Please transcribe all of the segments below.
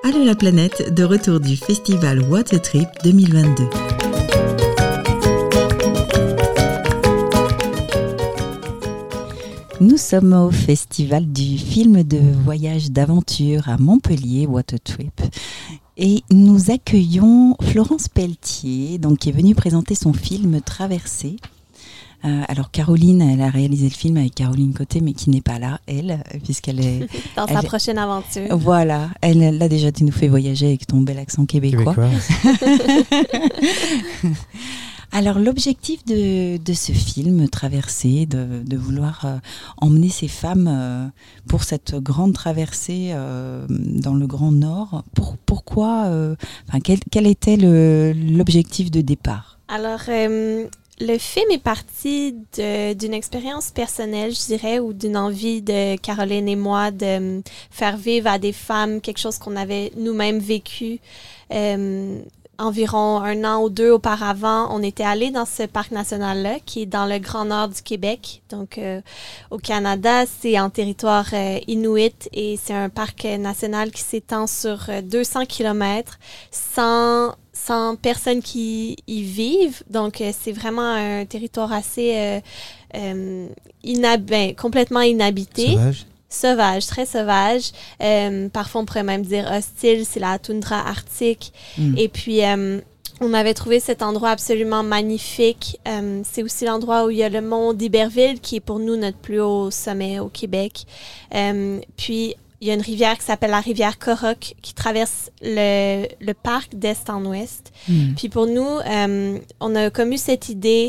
Allô la planète, de retour du festival Water Trip 2022. Nous sommes au festival du film de voyage d'aventure à Montpellier, Water Trip. Et nous accueillons Florence Pelletier, donc, qui est venue présenter son film Traversée. Alors Caroline, elle a réalisé le film avec Caroline Côté, mais qui n'est pas là, elle, puisqu'elle est... Dans sa prochaine aventure. Voilà, elle là déjà, tu nous fais voyager avec ton bel accent québécois. Alors l'objectif de ce film, Traversée, de vouloir emmener ces femmes pour cette grande traversée dans le Grand Nord, pourquoi, quel était l'objectif de départ? Alors, le film est parti d'une expérience personnelle, je dirais, ou d'une envie de Caroline et moi de faire vivre à des femmes quelque chose qu'on avait nous-mêmes vécu. Environ 1 an ou 2 auparavant, on était allé dans ce parc national-là, qui est dans le Grand Nord du Québec. Donc, au Canada, c'est en territoire inuit et c'est un parc national qui s'étend sur 200 kilomètres sans personnes qui y vivent. Donc, c'est vraiment un territoire assez complètement inhabité. Sauvage, très sauvage. Parfois, on pourrait même dire hostile. C'est la toundra arctique. Et puis, on avait trouvé cet endroit absolument magnifique. C'est aussi l'endroit où il y a le mont d'Iberville, qui est pour nous notre plus haut sommet au Québec. Puis, il y a une rivière qui s'appelle la rivière Coroc qui traverse le parc d'est en ouest. Puis pour nous, on a comme eu cette idée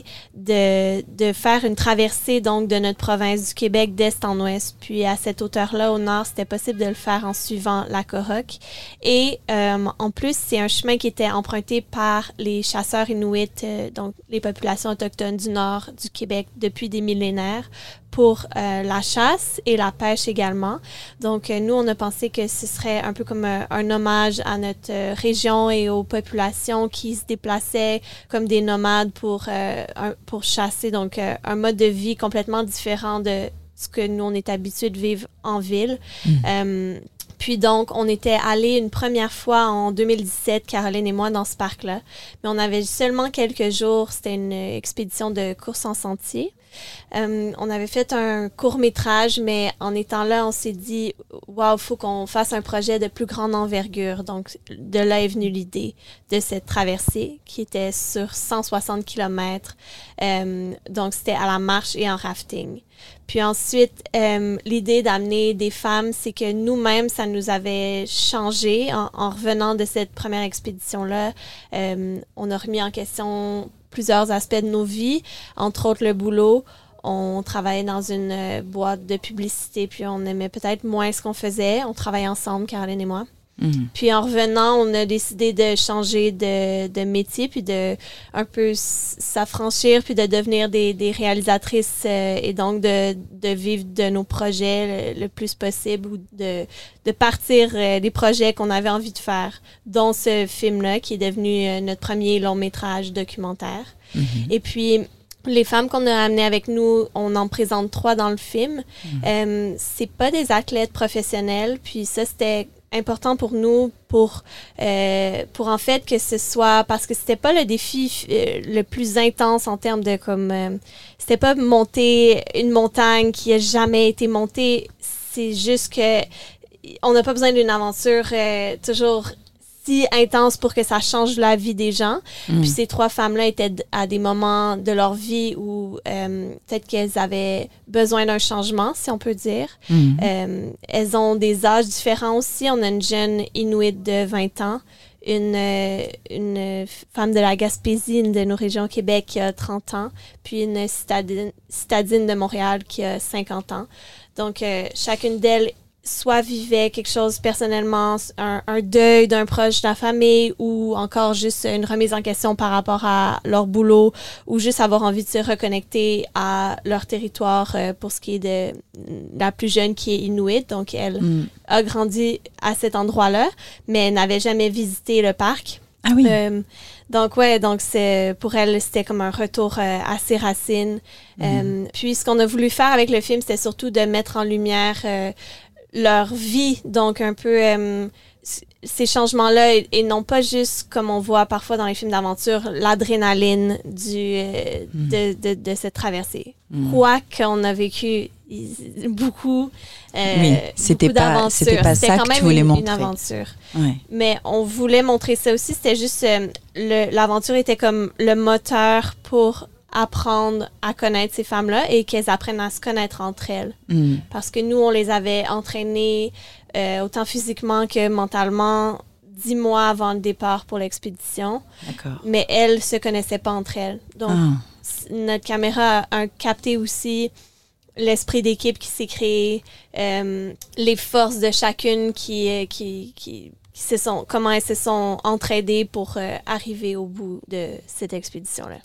de faire une traversée donc de notre province du Québec d'est en ouest. Puis à cette hauteur-là, au nord, c'était possible de le faire en suivant la Coroc. Et en plus, c'est un chemin qui était emprunté par les chasseurs inuits, donc les populations autochtones du nord du Québec depuis des millénaires, pour la chasse et la pêche également. Donc, nous, on a pensé que ce serait un peu comme un hommage à notre région et aux populations qui se déplaçaient comme des nomades pour chasser. Donc, un mode de vie complètement différent de ce que nous, on est habitués de vivre en ville. Puis donc, on était allés une première fois en 2017, Caroline et moi, dans ce parc-là. Mais on avait seulement quelques jours. C'était une expédition de course en sentier. On avait fait un court-métrage, mais en étant là, on s'est dit « Wow, il faut qu'on fasse un projet de plus grande envergure ». Donc, de là est venue l'idée de cette traversée qui était sur 160 kilomètres. Donc, c'était à la marche et en rafting. Puis ensuite, l'idée d'amener des femmes, c'est que nous-mêmes, ça nous avait changé en revenant de cette première expédition-là. On a remis en question plusieurs aspects de nos vies, entre autres le boulot. On travaillait dans une boîte de publicité, puis on aimait peut-être moins ce qu'on faisait. On travaillait ensemble, Caroline et moi. Puis en revenant, on a décidé de changer de métier, puis de un peu s'affranchir, puis de devenir des réalisatrices et donc de vivre de nos projets le plus possible ou de partir des projets qu'on avait envie de faire, dont ce film-là qui est devenu notre premier long-métrage documentaire. Et puis, les femmes qu'on a amenées avec nous, on en présente 3 dans le film. C'est pas des athlètes professionnels, puis ça, c'était important pour nous pour en fait que ce soit, parce que c'était pas le défi le plus intense en termes de c'était pas monter une montagne qui a jamais été montée. C'est juste que on n'a pas besoin d'une aventure toujours si intense pour que ça change la vie des gens. Puis ces 3 femmes-là étaient à des moments de leur vie où peut-être qu'elles avaient besoin d'un changement, si on peut dire. Elles ont des âges différents aussi. On a une jeune Inuit de 20 ans, une femme de la Gaspésie, une de nos régions au Québec, qui a 30 ans, puis une citadine de Montréal qui a 50 ans. Donc, chacune d'elles soit vivait quelque chose personnellement, un deuil d'un proche de la famille ou encore juste une remise en question par rapport à leur boulot ou juste avoir envie de se reconnecter à leur territoire pour ce qui est de la plus jeune qui est Inuit. Donc, elle a grandi à cet endroit-là, mais elle n'avait jamais visité le parc. Ah oui. Donc, pour elle, c'était comme un retour à ses racines. Puis, ce qu'on a voulu faire avec le film, c'était surtout de mettre en lumière leur vie, donc un peu ces changements-là et non pas juste comme on voit parfois dans les films d'aventure, l'adrénaline de cette traversée. Quoi qu'on a vécu beaucoup, c'était beaucoup d'aventures. C'était pas ça quand que même tu voulais montrer. Une aventure. Ouais. Mais on voulait montrer ça aussi. C'était juste l'aventure était comme le moteur pour apprendre à connaître ces femmes-là et qu'elles apprennent à se connaître entre elles. Parce que nous, on les avait entraînées autant physiquement que mentalement 10 mois avant le départ pour l'expédition. D'accord. Mais elles se connaissaient pas entre elles. Donc, notre caméra a capté aussi l'esprit d'équipe qui s'est créé, les forces de chacune comment elles se sont entraidées pour arriver au bout de cette expédition-là.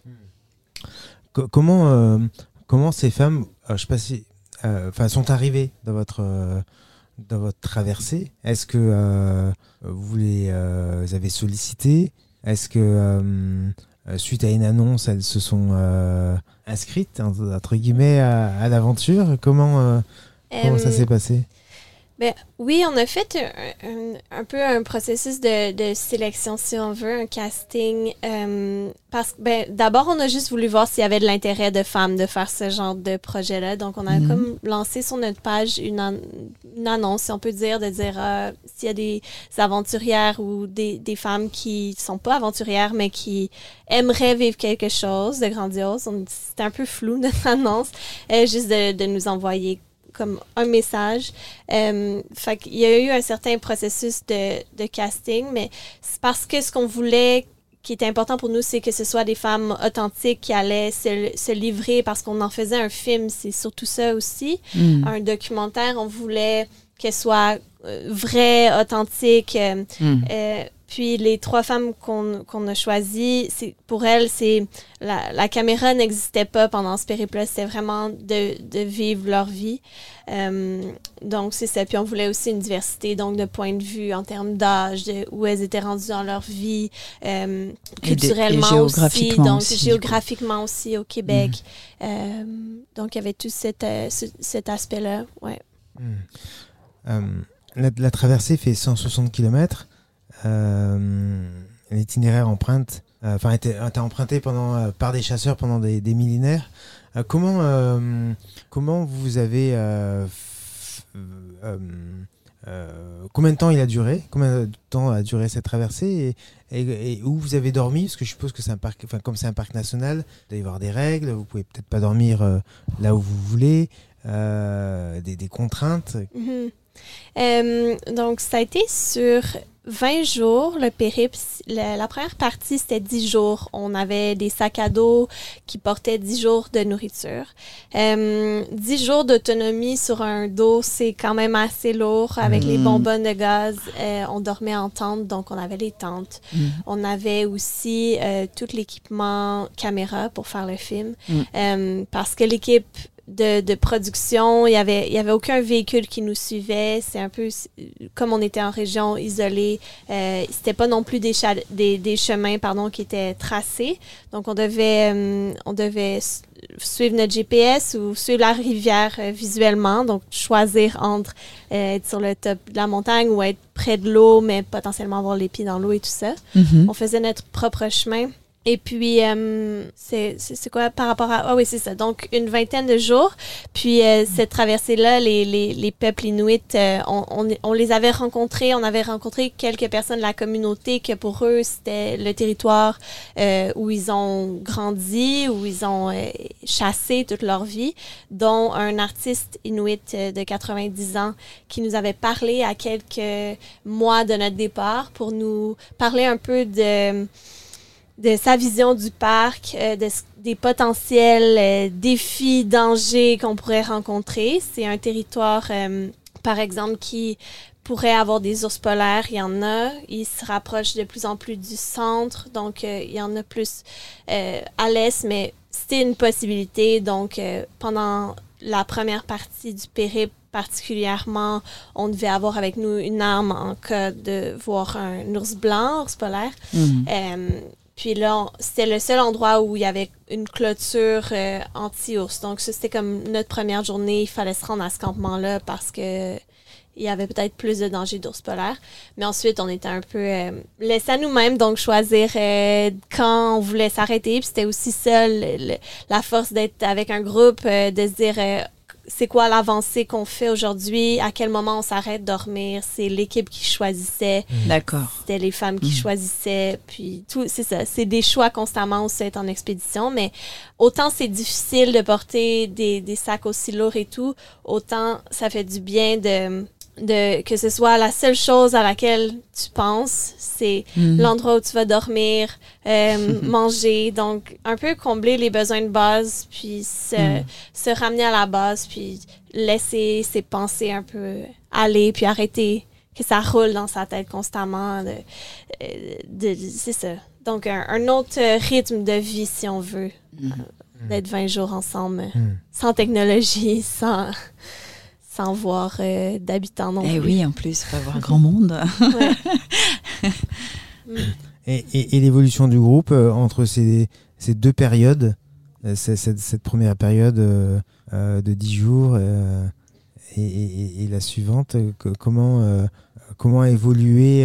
Comment ces femmes, je sais pas si, sont arrivées dans votre traversée? Est-ce que vous les avez sollicitées? Est-ce que suite à une annonce, elles se sont inscrites entre guillemets à l'aventure? Comment ça s'est passé? Ben, oui, on a fait un peu un processus de sélection, si on veut, un casting. Parce que d'abord, on a juste voulu voir s'il y avait de l'intérêt de femmes de faire ce genre de projet-là. Donc, on a comme lancé sur notre page une annonce, si on peut dire, s'il y a des aventurières ou des femmes qui sont pas aventurières, mais qui aimeraient vivre quelque chose de grandiose. C'était un peu flou, notre annonce, juste de nous envoyer comme un message. Fait qu'il y a eu un certain processus de casting, mais c'est parce que ce qu'on voulait, qui était important pour nous, c'est que ce soit des femmes authentiques qui allaient se livrer, parce qu'on en faisait un film, c'est surtout ça aussi. Un documentaire, on voulait qu'elle soit vraie, authentique. Puis les 3 femmes qu'on a choisies, pour elles, la caméra n'existait pas pendant ce périple-là. C'était vraiment de vivre leur vie. Donc, c'est ça. Puis on voulait aussi une diversité, donc de points de vue en termes d'âge, où elles étaient rendues dans leur vie, culturellement et géographiquement aussi. Donc, géographiquement aussi au Québec. Donc, il y avait tout cet aspect-là. Ouais. La traversée fait 160 km. L'itinéraire était emprunté par des chasseurs pendant des millénaires. Comment vous avez combien de temps il a duré? Combien de temps a duré cette traversée et où vous avez dormi? Parce que je suppose que c'est un parc, comme c'est un parc national, il doit y avoir des règles. Vous pouvez peut-être pas dormir là où vous voulez. Des contraintes. Donc, ça a été sur 20 jours, le périple. La première partie, c'était 10 jours. On avait des sacs à dos qui portaient 10 jours de nourriture. 10 jours d'autonomie sur un dos, c'est quand même assez lourd. Avec les bonbonnes de gaz, on dormait en tente, donc on avait les tentes. On avait aussi tout l'équipement caméra pour faire le film. Parce que l'équipe de production, il y avait aucun véhicule qui nous suivait. C'est un peu comme on était en région isolée. C'était pas non plus des chemins qui étaient tracés. Donc on devait suivre notre GPS ou suivre la rivière visuellement. Donc choisir entre être sur le top de la montagne ou être près de l'eau, mais potentiellement avoir les pieds dans l'eau et tout ça. On faisait notre propre chemin. Et puis, c'est quoi par rapport à... Ah oui, c'est ça. Donc, une vingtaine de jours. Puis, cette traversée-là, les peuples inuits, on les avait rencontrés. On avait rencontré quelques personnes de la communauté que pour eux, c'était le territoire où ils ont grandi, où ils ont chassé toute leur vie, dont un artiste inuit de 90 ans qui nous avait parlé à quelques mois de notre départ pour nous parler un peu de sa vision du parc, des potentiels défis, dangers qu'on pourrait rencontrer. C'est un territoire, par exemple, qui pourrait avoir des ours polaires. Il y en a. Ils se rapprochent de plus en plus du centre. Donc, il y en a plus à l'est, mais c'était une possibilité. Donc, pendant la première partie du périple, particulièrement, on devait avoir avec nous une arme en cas de voir un ours blanc, ours polaire. Puis là, c'était le seul endroit où il y avait une clôture anti-ours. Donc ça, c'était comme notre première journée. Il fallait se rendre à ce campement-là parce que il y avait peut-être plus de danger d'ours polaires. Mais ensuite, on était un peu laissés à nous-mêmes, donc choisir quand on voulait s'arrêter. Puis c'était aussi ça, la force d'être avec un groupe, de se dire c'est quoi l'avancée qu'on fait aujourd'hui, à quel moment on s'arrête de dormir. C'est l'équipe qui choisissait. D'accord. C'était les femmes qui choisissaient. Puis tout, c'est ça. C'est des choix constamment aussi être en expédition. Mais autant c'est difficile de porter des sacs aussi lourds et tout, autant ça fait du bien de que ce soit la seule chose à laquelle tu penses, c'est l'endroit où tu vas dormir, manger, donc un peu combler les besoins de base, puis se ramener à la base, puis laisser ses pensées un peu aller, puis arrêter que ça roule dans sa tête constamment. C'est ça. Donc un autre rythme de vie, si on veut, d'être 20 jours ensemble, sans technologie, sans voir d'habitants non plus. Oui, en plus, pas voir grand monde. Et l'évolution du groupe entre ces deux périodes, cette première période de 10 jours et la suivante, comment a évolué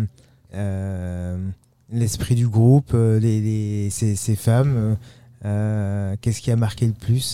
l'esprit du groupe, ces femmes, qu'est-ce qui a marqué le plus?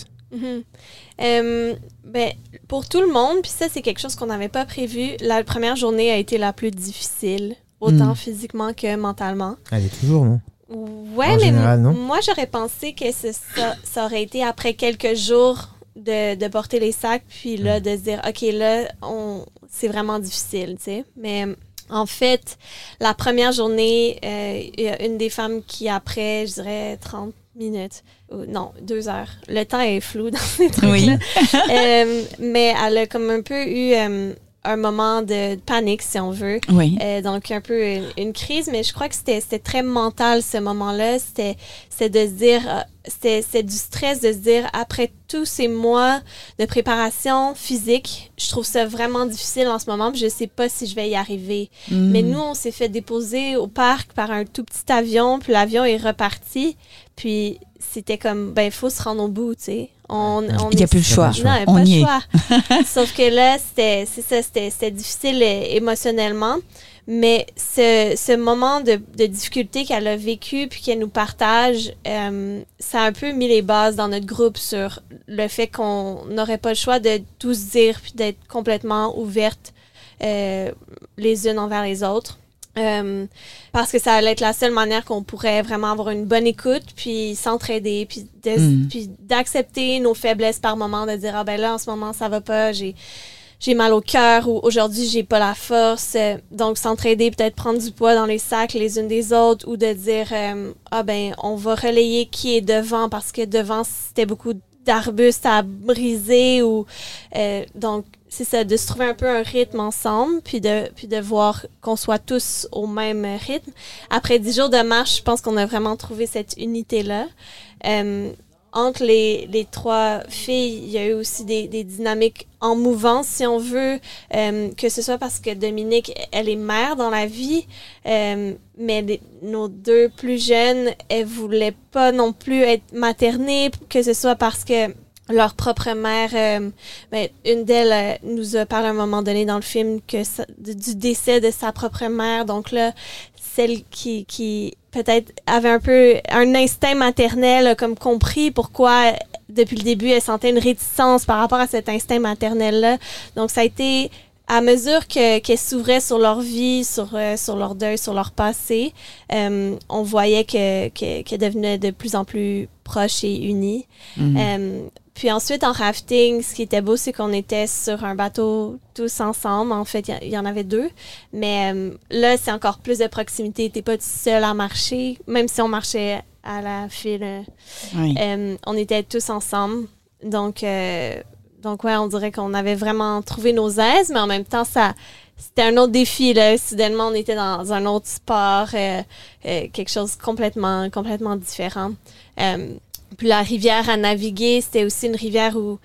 Pour tout le monde, puis ça, c'est quelque chose qu'on n'avait pas prévu. La première journée a été la plus difficile, autant physiquement que mentalement. Elle est toujours, non? Ouais, en général, non? Moi, j'aurais pensé que ça aurait été après quelques jours de porter les sacs, puis là, de se dire, OK, là, c'est vraiment difficile, tu sais. Mais en fait, la première journée, il y a une des femmes qui, après, je dirais, 30 minutes. Non, 2 heures. Le temps est flou dans ces trucs-là. Oui. Mais elle a comme un peu eu un moment de panique, si on veut. Oui. Donc, un peu une crise, mais je crois que c'était très mental, ce moment-là. C'était de se dire... C'était du stress de se dire, après tous ces mois de préparation physique, je trouve ça vraiment difficile en ce moment, puis je sais pas si je vais y arriver. Mais nous, on s'est fait déposer au parc par un tout petit avion, puis l'avion est reparti, puis c'était comme, il faut se rendre au bout, tu sais. Il n'y a plus le choix. Non, il n'y a pas le choix. Sauf que là, c'était difficile émotionnellement. Mais ce moment de difficulté qu'elle a vécu puis qu'elle nous partage, ça a un peu mis les bases dans notre groupe sur le fait qu'on n'aurait pas le choix de tout se dire puis d'être complètement ouvertes les unes envers les autres. Parce que ça allait être la seule manière qu'on pourrait vraiment avoir une bonne écoute puis s'entraider puis d'accepter nos faiblesses par moment, de dire là en ce moment ça va pas, j'ai mal au cœur ou aujourd'hui j'ai pas la force, donc s'entraider, peut-être prendre du poids dans les sacs les unes des autres, ou de dire on va relayer qui est devant parce que devant c'était beaucoup d'arbustes à briser, ou donc c'est ça, de se trouver un peu un rythme ensemble, puis de voir qu'on soit tous au même rythme. Après 10 jours de marche, je pense qu'on a vraiment trouvé cette unité-là. Entre les 3 filles, il y a eu aussi des dynamiques en mouvance, si on veut, que ce soit parce que Dominique, elle est mère dans la vie, mais nos 2 plus jeunes, elles voulaient pas non plus être maternées, que ce soit parce que leur propre mère, une d'elles nous a parlé à un moment donné dans le film du décès de sa propre mère. Donc là, celle qui peut-être avait un peu un instinct maternel, a comme compris pourquoi depuis le début elle sentait une réticence par rapport à cet instinct maternel-là. Donc ça a été à mesure qu'elles s'ouvraient sur leur vie, sur leur deuil, sur leur passé, on voyait qu'elles devenaient de plus en plus proches et unies. Puis ensuite, en rafting, ce qui était beau, c'est qu'on était sur un bateau tous ensemble. En fait, il y en avait 2. Mais là, c'est encore plus de proximité. T'es pas tout seul à marcher, même si on marchait à la file. Oui. On était tous ensemble. Donc ouais, on dirait qu'on avait vraiment trouvé nos aises, mais en même temps, c'était un autre défi, là. Soudainement, on était dans un autre sport, quelque chose complètement différent. Puis la rivière à naviguer, c'était aussi une rivière où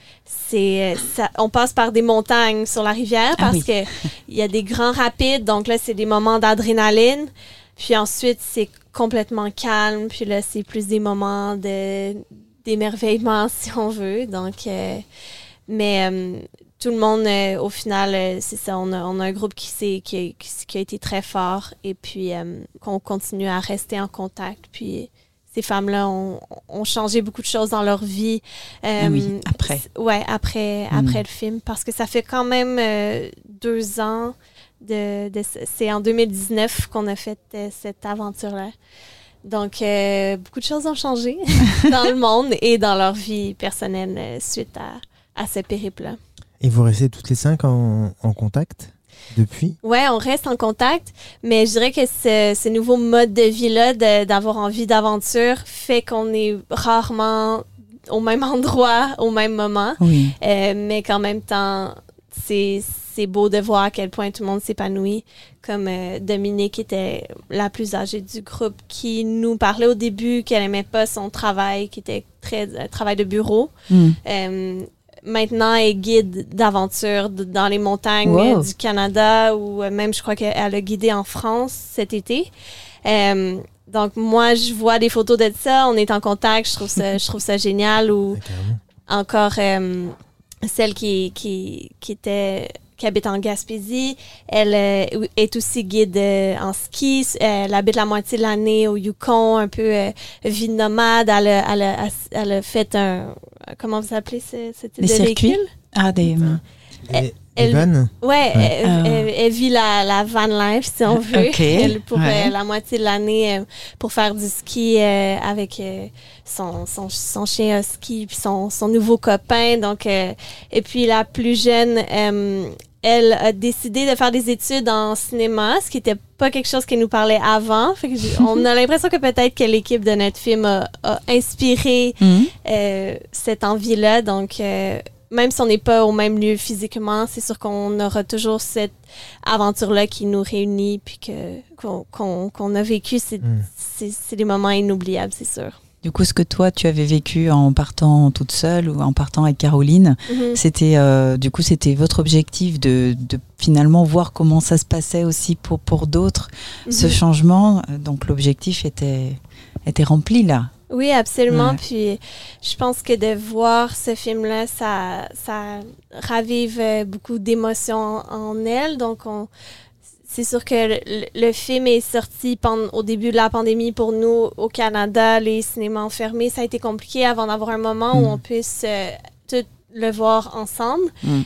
on passe par des montagnes sur la rivière parce que il y a des grands rapides, donc là, c'est des moments d'adrénaline. Puis ensuite, c'est complètement calme. Puis là, c'est plus des moments d'émerveillement, si on veut. Donc, mais tout le monde, au final, c'est ça, on a un groupe qui a été très fort et puis qu'on continue à rester en contact. Puis ces femmes-là ont changé beaucoup de choses dans leur vie. Oui, après. Ouais, après le film, parce que ça fait quand même 2 ans. C'est en 2019 qu'on a fait cette aventure-là. Donc, beaucoup de choses ont changé dans le monde et dans leur vie personnelle suite à ce périple-là. Et vous restez toutes les 5 en contact depuis? Ouais, on reste en contact, mais je dirais que ce nouveau mode de vie-là, d'avoir envie d'aventure, fait qu'on est rarement au même endroit, au même moment. Oui. Mais qu'en même temps, c'est beau de voir à quel point tout le monde s'épanouit. Comme Dominique était la plus âgée du groupe, qui nous parlait au début qu'elle n'aimait pas son travail, qui était très travail de bureau. Maintenant, elle est guide d'aventure dans les montagnes du Canada, ou même, je crois qu'elle a guidé en France cet été. Donc, moi, je vois des photos de ça. On est en contact. Je trouve ça génial. Ou encore, celle qui habite en Gaspésie, elle est aussi guide en ski. Elle habite la moitié de l'année au Yukon, un peu vie de nomade. Elle a fait comment vous appelez ce type de circuits? véhicule? Ah, des vannes? Ouais, elle vit la van life, si on veut. Okay. Pour la moitié de l'année, pour faire du ski avec son chien husky puis son nouveau copain. Donc, et puis la plus jeune, elle a décidé de faire des études en cinéma, ce qui n'était pas quelque chose qui nous parlait avant. Fait que on a l'impression que peut-être que l'équipe de notre film a inspiré cette envie-là. Donc, même si on n'est pas au même lieu physiquement, c'est sûr qu'on aura toujours cette aventure-là qui nous réunit puis qu'on a vécu. C'est des moments inoubliables, c'est sûr. Du coup, ce que toi, tu avais vécu en partant toute seule ou en partant avec Caroline, c'était votre objectif de finalement voir comment ça se passait aussi pour d'autres, ce changement. Donc, l'objectif était rempli là. Oui, absolument. Ouais. Puis, je pense que de voir ce film-là, ça ravive beaucoup d'émotions en elle. Donc, c'est sûr que le film est sorti au début de la pandémie pour nous au Canada, les cinémas ont fermé. Ça a été compliqué avant d'avoir un moment où on puisse tout le voir ensemble.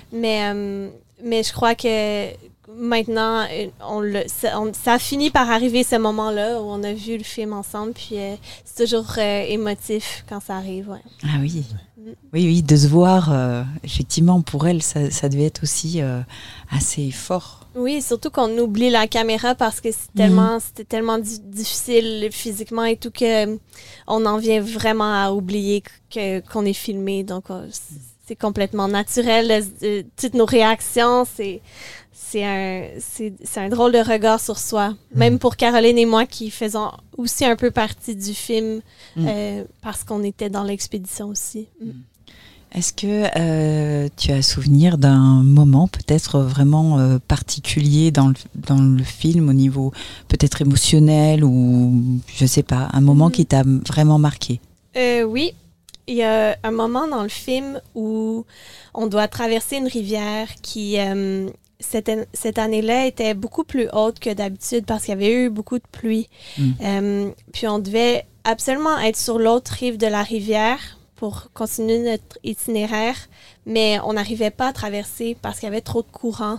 Mais je crois que maintenant, ça a fini par arriver ce moment-là où on a vu le film ensemble. Puis c'est toujours émotif quand ça arrive. Ouais. Ah oui. Oui, de se voir, effectivement, pour elle, ça devait être aussi assez fort. Oui, surtout qu'on oublie la caméra parce que c'était tellement difficile physiquement et tout qu'on en vient vraiment à oublier qu'on est filmé. Donc, c'est complètement naturel. Toutes nos réactions, c'est un drôle de regard sur soi. Même pour Caroline et moi qui faisons aussi un peu partie du film parce qu'on était dans l'expédition aussi. Est-ce que tu as souvenir d'un moment peut-être vraiment particulier dans le film au niveau peut-être émotionnel ou je sais pas, un moment qui t'a vraiment marqué? Oui, il y a un moment dans le film où on doit traverser une rivière qui cette année-là était beaucoup plus haute que d'habitude parce qu'il y avait eu beaucoup de pluie. Puis on devait absolument être sur l'autre rive de la rivière pour continuer notre itinéraire, mais on n'arrivait pas à traverser parce qu'il y avait trop de courant.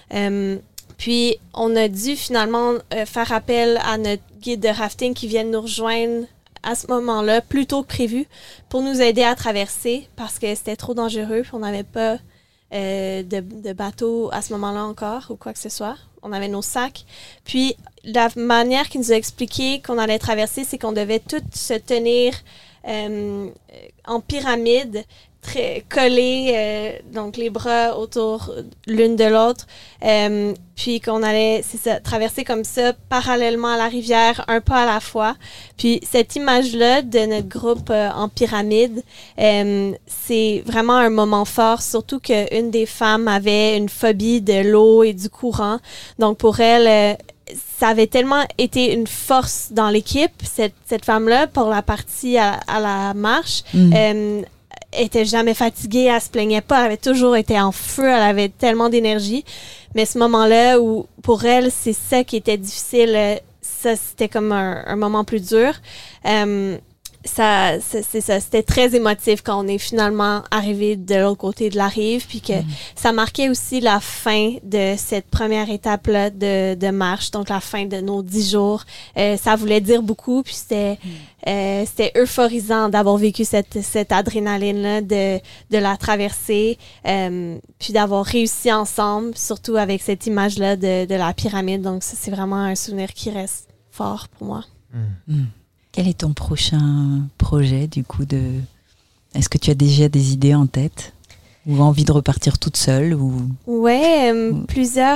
Puis, on a dû finalement faire appel à notre guide de rafting qui vient nous rejoindre à ce moment-là, plus tôt que prévu, pour nous aider à traverser parce que c'était trop dangereux. On n'avait pas de bateau à ce moment-là encore ou quoi que ce soit. On avait nos sacs. Puis, la manière qu'il nous a expliqué qu'on allait traverser, c'est qu'on devait tous se tenir en pyramide, très collés, donc les bras autour l'une de l'autre, puis qu'on allait traverser comme ça, parallèlement à la rivière, un pas à la fois. Puis cette image-là de notre groupe en pyramide, c'est vraiment un moment fort, surtout qu'une des femmes avait une phobie de l'eau et du courant. Donc pour elle, ça avait tellement été une force dans l'équipe, cette femme-là, pour la partie à la marche. était jamais fatiguée, elle se plaignait pas, elle avait toujours été en feu, elle avait tellement d'énergie. Mais ce moment-là où, pour elle, c'est ça qui était difficile, ça, c'était comme un moment plus dur. C'est ça, c'était très émotif quand on est finalement arrivé de l'autre côté de la rive, puis que ça marquait aussi la fin de cette première étape-là de marche, donc la fin de nos 10 jours. Ça voulait dire beaucoup, puis c'était euphorisant d'avoir vécu cette adrénaline-là, de la traversée, puis d'avoir réussi ensemble, surtout avec cette image-là de la pyramide. Donc ça, c'est vraiment un souvenir qui reste fort pour moi. Quel est ton prochain projet, du coup, Est-ce que tu as déjà des idées en tête? Ou envie de repartir toute seule? Ouais, plusieurs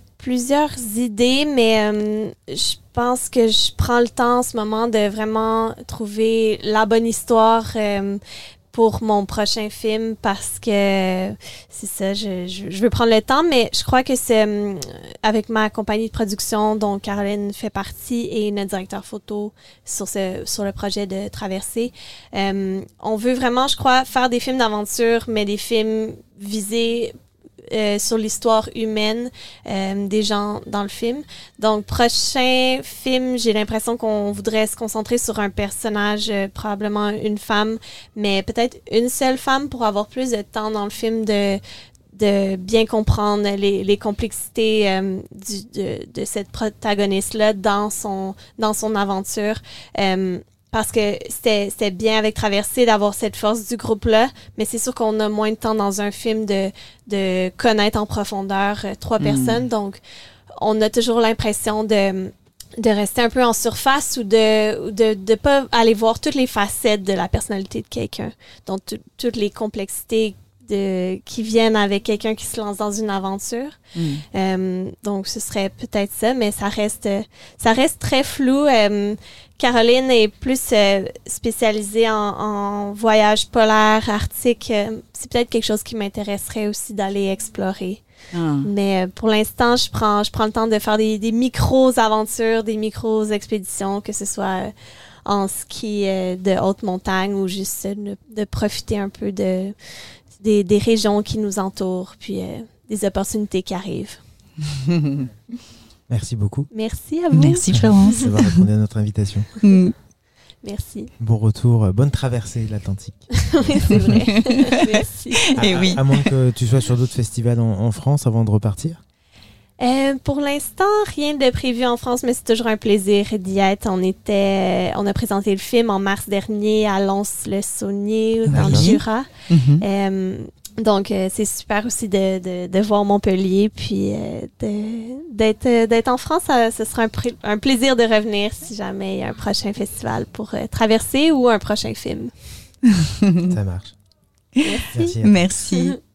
idées, mais je pense que je prends le temps en ce moment de vraiment trouver la bonne histoire pour mon prochain film, parce que c'est ça, je veux prendre le temps, mais je crois que c'est avec ma compagnie de production dont Caroline fait partie et notre directeur photo sur le projet de Traversée. On veut vraiment, je crois, faire des films d'aventure, mais des films visés sur l'histoire humaine des gens dans le film. Donc, prochain film, j'ai l'impression qu'on voudrait se concentrer sur un personnage, probablement une femme, mais peut-être une seule femme pour avoir plus de temps dans le film de bien comprendre les complexités de cette protagoniste-là dans son aventure. Parce que c'était bien avec Traversée d'avoir cette force du groupe-là, mais c'est sûr qu'on a moins de temps dans un film de connaître en profondeur 3 personnes. Donc, on a toujours l'impression de rester un peu en surface ou de pas aller voir toutes les facettes de la personnalité de quelqu'un. Donc, toutes les complexités qui viennent avec quelqu'un qui se lance dans une aventure. Donc, ce serait peut-être ça, mais ça reste très flou. Caroline est plus spécialisée en voyage polaire, arctique. C'est peut-être quelque chose qui m'intéresserait aussi d'aller explorer. Mais pour l'instant, je prends le temps de faire des micro-aventures, des micro-expéditions, que ce soit en ski de haute montagne ou juste de profiter un peu des régions qui nous entourent, puis des opportunités qui arrivent. Merci beaucoup. Merci à vous. Merci Florence d'avoir répondu à notre invitation. Merci. Bon retour, bonne traversée de l'Atlantique. Oui, c'est vrai. Merci. À moins que tu sois sur d'autres festivals en France avant de repartir? Pour l'instant, rien de prévu en France, mais c'est toujours un plaisir d'y être. On a présenté le film en mars dernier à Lons-le-Saunier, dans le Jura. Donc, c'est super aussi de voir Montpellier, puis d'être en France. Ce sera un plaisir de revenir si jamais il y a un prochain festival pour Traverser ou un prochain film. Ça marche. Merci. Merci.